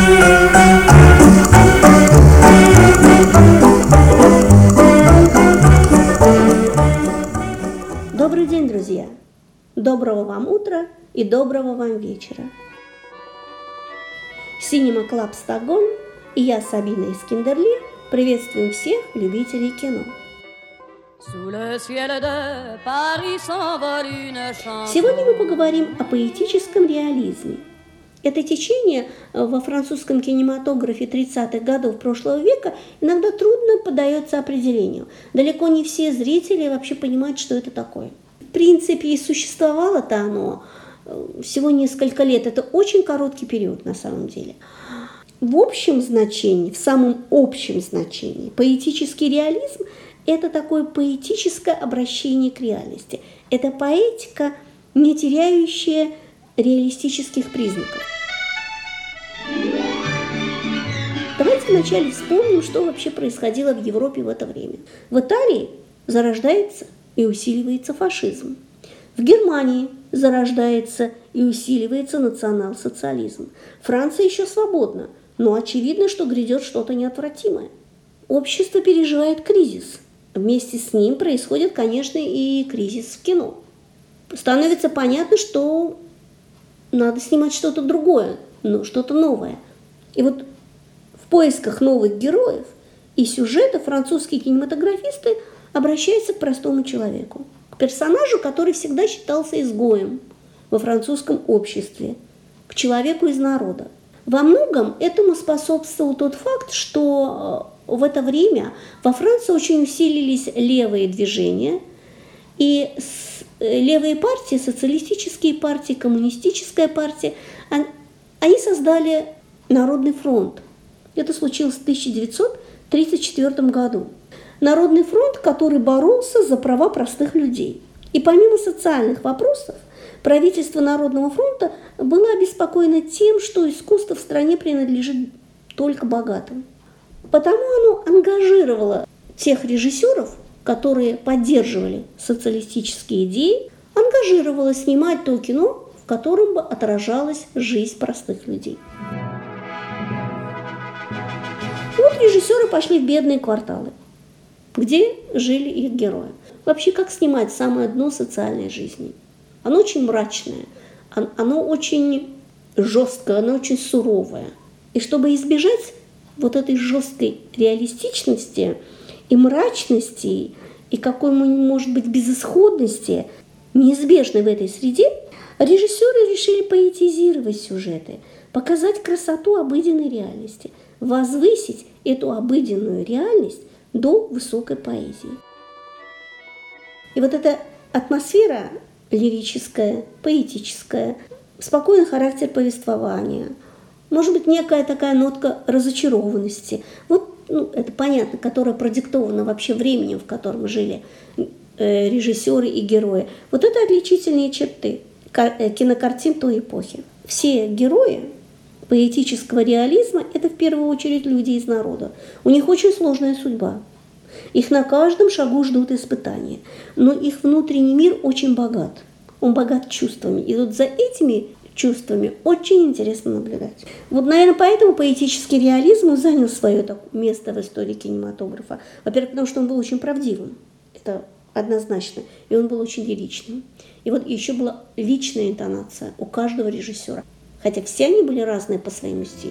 Добрый день, друзья! Доброго вам утра и доброго вам вечера! Cinema Club Стокгольм и я, Сабина из Киндерли, приветствуем всех любителей кино. Сегодня мы поговорим о поэтическом реализме. Это течение во французском кинематографе 30-х годов прошлого века иногда трудно поддается определению. Далеко не все зрители вообще понимают, что это такое. В принципе, и существовало-то оно всего несколько лет. Это очень короткий период на самом деле. В общем значении, в самом общем значении, поэтический реализм – это такое поэтическое обращение к реальности. Это поэтика, не теряющая реалистических признаков. Давайте вначале вспомним, что вообще происходило в Европе в это время. В Италии зарождается и усиливается фашизм. В Германии зарождается и усиливается национал-социализм. Франция еще свободна, но очевидно, что грядет что-то неотвратимое. Общество переживает кризис. Вместе с ним происходит, конечно, и кризис в кино. Становится понятно, что надо снимать что-то другое, что-то новое. И вот в поисках новых героев и сюжета французские кинематографисты обращаются к простому человеку, к персонажу, который всегда считался изгоем во французском обществе, к человеку из народа. Во многом этому способствовал тот факт, что в это время во Франции очень усилились левые движения, и левые партии, социалистические партии, коммунистическая партия, они создали Народный фронт. Это случилось в 1934 году. Народный фронт, который боролся за права простых людей. И помимо социальных вопросов, правительство Народного фронта было обеспокоено тем, что искусство в стране принадлежит только богатым. Потому оно ангажировало тех режиссеров, которые поддерживали социалистические идеи, ангажировало снимать то кино, в котором бы отражалась жизнь простых людей. И вот режиссеры пошли в бедные кварталы, где жили их герои. Вообще, как снимать самое дно социальной жизни? Оно очень мрачное, оно очень жесткое, оно очень суровое. И чтобы избежать вот этой жесткой реалистичности и мрачности, и какой-нибудь, может быть, безысходности, неизбежной в этой среде, режиссеры решили поэтизировать сюжеты, показать красоту обыденной реальности, возвысить эту обыденную реальность до высокой поэзии. И вот эта атмосфера лирическая, поэтическая, спокойный характер повествования, может быть, некая такая нотка разочарованности. Вот, это понятно, которая продиктована вообще временем, в котором жили режиссеры и герои. Вот это отличительные черты кинокартин той эпохи. Все герои поэтического реализма – это в первую очередь люди из народа. У них очень сложная судьба. Их на каждом шагу ждут испытания. Но их внутренний мир очень богат. Он богат чувствами. И вот за этими чувствами очень интересно наблюдать. Вот, наверное, поэтому поэтический реализм занял свое место в истории кинематографа. Во-первых, потому что он был очень правдивым. Это однозначно. И он был очень лиричным. И вот еще была личная интонация у каждого режиссера. Хотя все они были разные по своему стилю.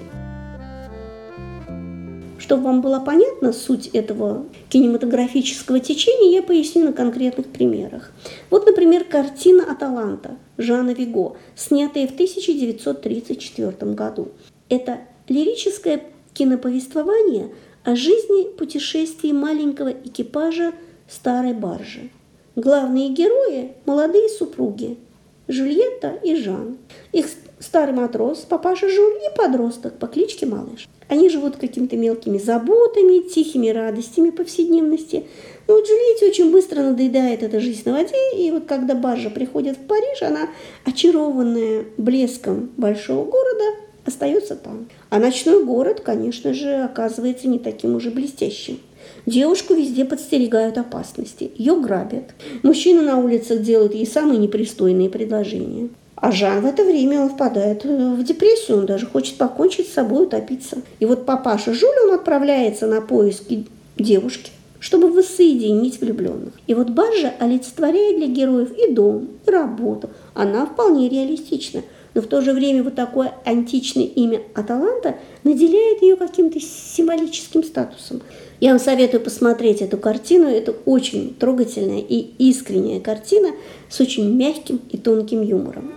Чтобы вам была понятна суть этого кинематографического течения, я поясню на конкретных примерах. Вот, например, картина «Аталанта» Жана Виго, снятая в 1934 году. Это лирическое киноповествование о жизни путешествий маленького экипажа старой баржи. Главные герои – молодые супруги Жюльетта и Жан. Их старый матрос, папаша Жюль, и подросток по кличке Малыш. Они живут какими-то мелкими заботами, тихими радостями повседневности. Но вот Джульетте очень быстро надоедает эта жизнь на воде, и вот когда баржа приходит в Париж, она, очарованная блеском большого города, остается там. А ночной город, конечно же, оказывается не таким уже блестящим. Девушку везде подстерегают опасности, ее грабят. Мужчины на улицах делают ей самые непристойные предложения. А Жан в это время он впадает в депрессию, он даже хочет покончить с собой, утопиться. И вот папаша Жюль, он отправляется на поиски девушки, чтобы воссоединить влюбленных. И вот баржа олицетворяет для героев и дом, и работу. Она вполне реалистична. Но в то же время вот такое античное имя Аталанта наделяет ее каким-то символическим статусом. Я вам советую посмотреть эту картину. Это очень трогательная и искренняя картина с очень мягким и тонким юмором.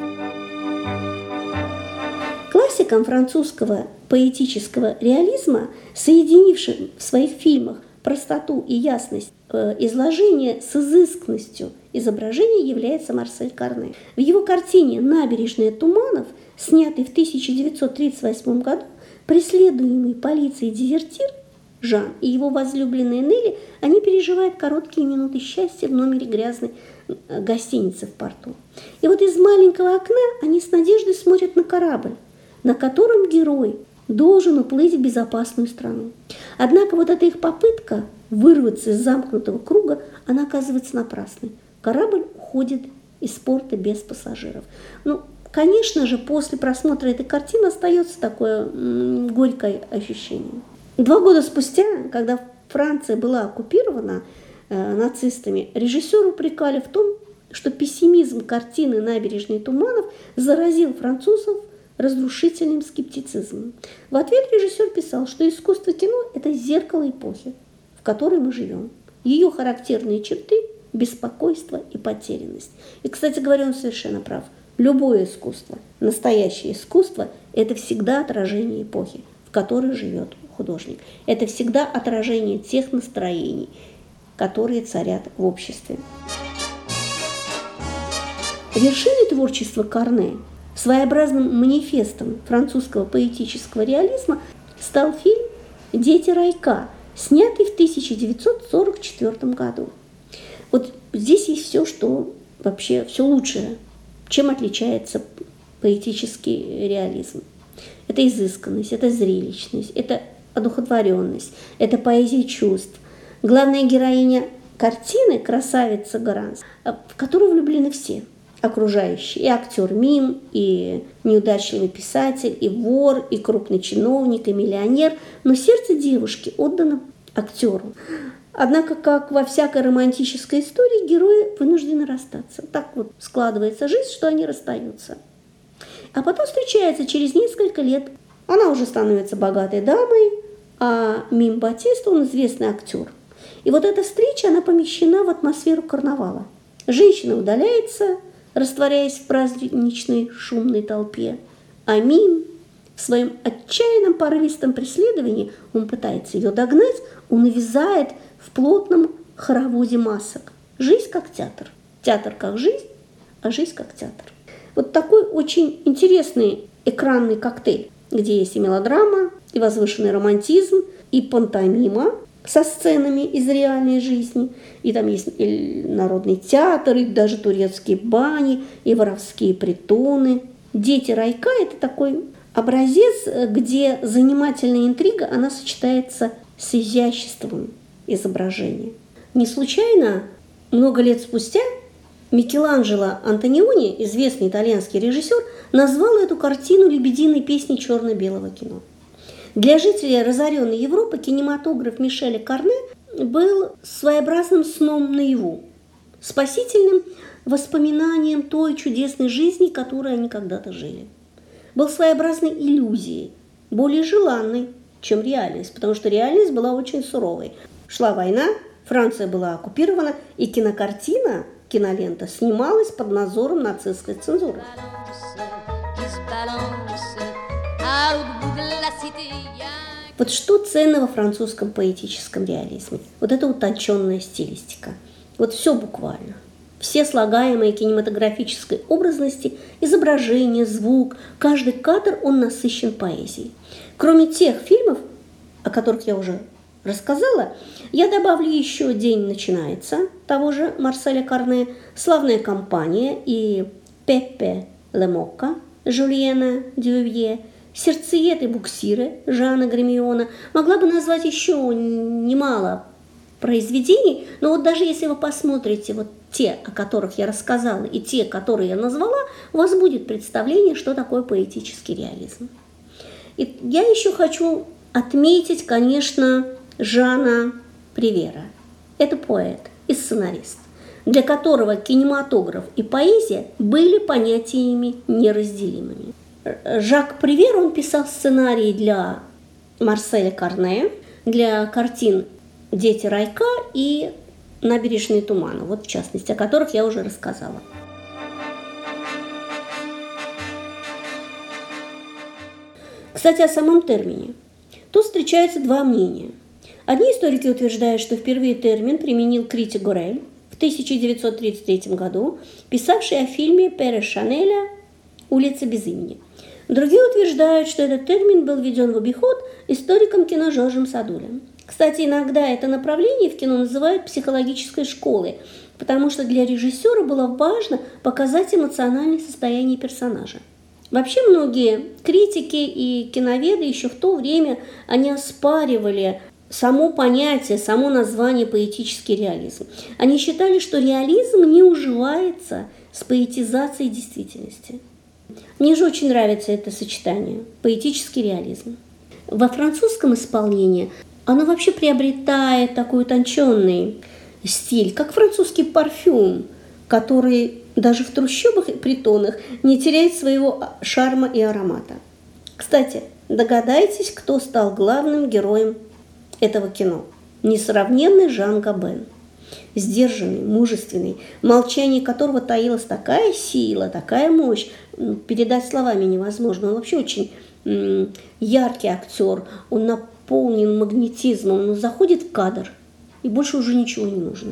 Классикам французского поэтического реализма, соединившим в своих фильмах простоту и ясность изложения с изысканностью изображения, является Марсель Карне. В его картине «Набережная туманов», снятой в 1938 году, преследуемый полицией дезертир Жан и его возлюбленная Нелли, они переживают короткие минуты счастья в номере грязной гостиницы в порту. И вот из маленького окна они с надеждой смотрят на корабль, на котором герой должен уплыть в безопасную страну. Однако вот эта их попытка вырваться из замкнутого круга, она оказывается напрасной. Корабль уходит из порта без пассажиров. Ну, конечно же, после просмотра этой картины остается такое горькое ощущение. 2 года спустя, когда Франция была оккупирована нацистами, режиссера упрекали в том, что пессимизм картины «Набережные туманов» заразил французов разрушительным скептицизмом. В ответ режиссер писал, что искусство кино – это зеркало эпохи, в которой мы живем. Ее характерные черты – беспокойство и потерянность. И, кстати говоря, он совершенно прав. Любое искусство, настоящее искусство – это всегда отражение эпохи, в которой живет художник. Это всегда отражение тех настроений, которые царят в обществе. Вершиной творчества Карне, своеобразным манифестом французского поэтического реализма, стал фильм «Дети райка», снятый в 1944 году. Вот здесь есть все, что вообще все лучшее, чем отличается поэтический реализм. Это изысканность, это зрелищность, это одухотворенность, это поэзия чувств. Главная героиня картины – красавица Гаранс, в которую влюблены все окружающие. И актер Мим, и неудачливый писатель, и вор, и крупный чиновник, и миллионер. Но сердце девушки отдано актеру. Однако, как во всякой романтической истории, герои вынуждены расстаться. Так вот складывается жизнь, что они расстаются. А потом встречаются через несколько лет. Она уже становится богатой дамой, а Мим Батист, он известный актер. И вот эта встреча, она помещена в атмосферу карнавала. Женщина удаляется, растворяясь в праздничной шумной толпе, а Мим в своем отчаянном порывистом преследовании, он пытается ее догнать, он увязает в плотном хороводе масок. Жизнь как театр. Театр как жизнь, а жизнь как театр. Вот такой очень интересный экранный коктейль, где есть и мелодрама, и возвышенный романтизм, и пантомима со сценами из реальной жизни, и там есть и народный театр, и даже турецкие бани, и воровские притоны. «Дети райка» – это такой образец, где занимательная интрига, она сочетается с изяществом изображения. Не случайно много лет спустя Микеланджело Антониони, известный итальянский режиссер, назвал эту картину «Лебединой песней черно-белого кино». Для жителей разоренной Европы кинематограф Мишеля Карне был своеобразным сном наяву, спасительным воспоминанием той чудесной жизни, которой они когда-то жили. Был своеобразной иллюзией, более желанной, чем реальность, потому что реальность была очень суровой. Шла война, Франция была оккупирована, и кинолента снималась под надзором нацистской цензуры. Вот что ценно во французском поэтическом реализме? Вот эта утонченная стилистика. Вот все буквально. Все слагаемые кинематографической образности, изображение, звук, каждый кадр, он насыщен поэзией. Кроме тех фильмов, о которых я уже рассказала, я добавлю еще «День начинается» того же Марселя Карне, «Славная компания» и «Пепе Лемокка» Жюльена Дювье, «Сердцеед и буксиры» Жана Гремиона. Могла бы назвать еще немало произведений, но вот даже если вы посмотрите вот те, о которых я рассказала, и те, которые я назвала, у вас будет представление, что такое поэтический реализм. И я еще хочу отметить, конечно, Жана Привера. Это поэт и сценарист, для которого кинематограф и поэзия были понятиями неразделимыми. Жак Привер, он писал сценарии для Марселя Карне, для картин «Дети райка» и «Набережные тумана», вот в частности, о которых я уже рассказала. Кстати, о самом термине. Тут встречаются два мнения. Одни историки утверждают, что впервые термин применил критик Горель в 1933 году, писавший о фильме Пере Шанеля «Улица без имени». Другие утверждают, что этот термин был введен в обиход историком кино Жоржем Садулем. Кстати, иногда это направление в кино называют психологической школой, потому что для режиссера было важно показать эмоциональное состояние персонажа. Вообще многие критики и киноведы еще в то время они оспаривали само понятие, само название поэтический реализм. Они считали, что реализм не уживается с поэтизацией действительности. Мне же очень нравится это сочетание – поэтический реализм. Во французском исполнении оно вообще приобретает такой утонченный стиль, как французский парфюм, который даже в трущобах и притонах не теряет своего шарма и аромата. Кстати, догадайтесь, кто стал главным героем этого кино. Несравненный Жан Габен. Сдержанный, мужественный, в молчании которого таилась такая сила, такая мощь, передать словами невозможно. Он вообще очень яркий актер, он наполнен магнетизмом, он заходит в кадр, и больше уже ничего не нужно.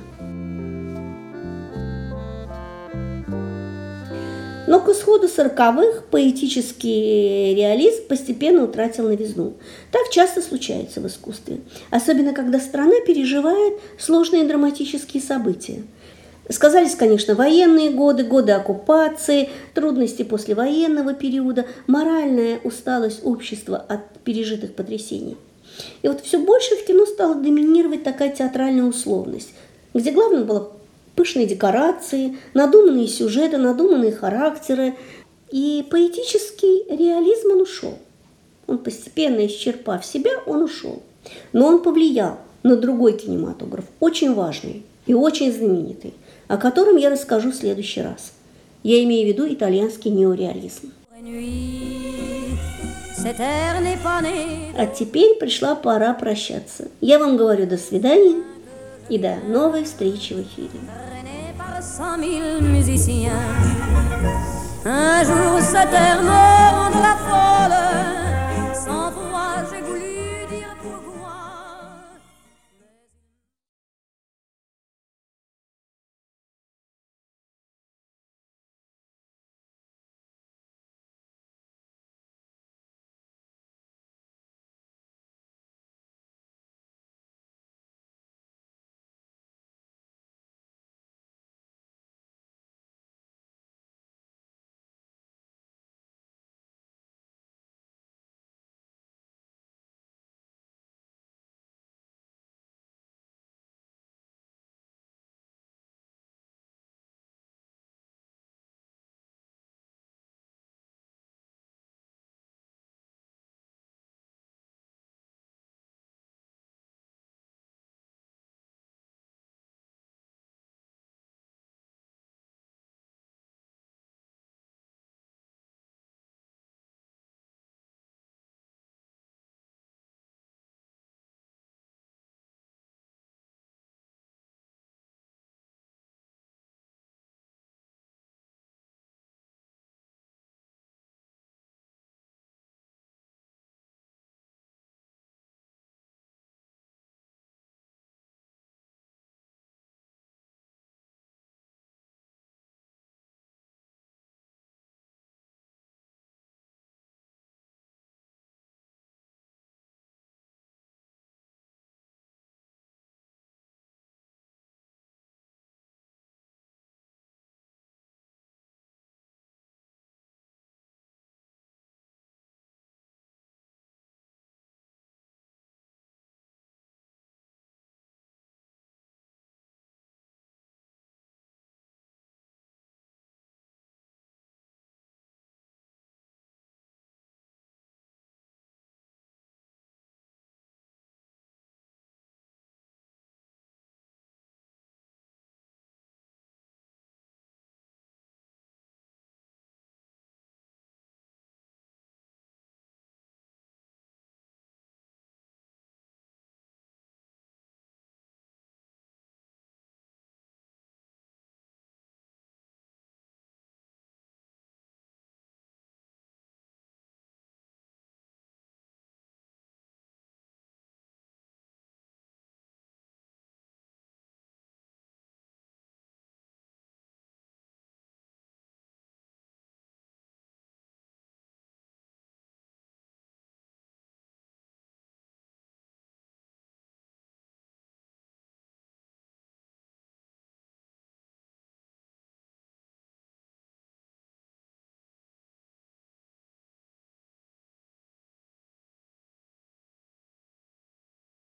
Но к исходу 40-х поэтический реализм постепенно утратил новизну. Так часто случается в искусстве, особенно когда страна переживает сложные драматические события. Сказались, конечно, военные годы, годы оккупации, трудности послевоенного периода, моральная усталость общества от пережитых потрясений. И вот все больше в кино стала доминировать такая театральная условность, где главным было пышные декорации, надуманные сюжеты, надуманные характеры. И поэтический реализм он ушел. Он постепенно исчерпав себя, он ушел. Но он повлиял на другой кинематограф, очень важный и очень знаменитый, о котором я расскажу в следующий раз. Я имею в виду итальянский неореализм. А теперь пришла пора прощаться. Я вам говорю до свидания и до новой встречи в эфире. 100 000 musiciens. Un jour se terre de la folle.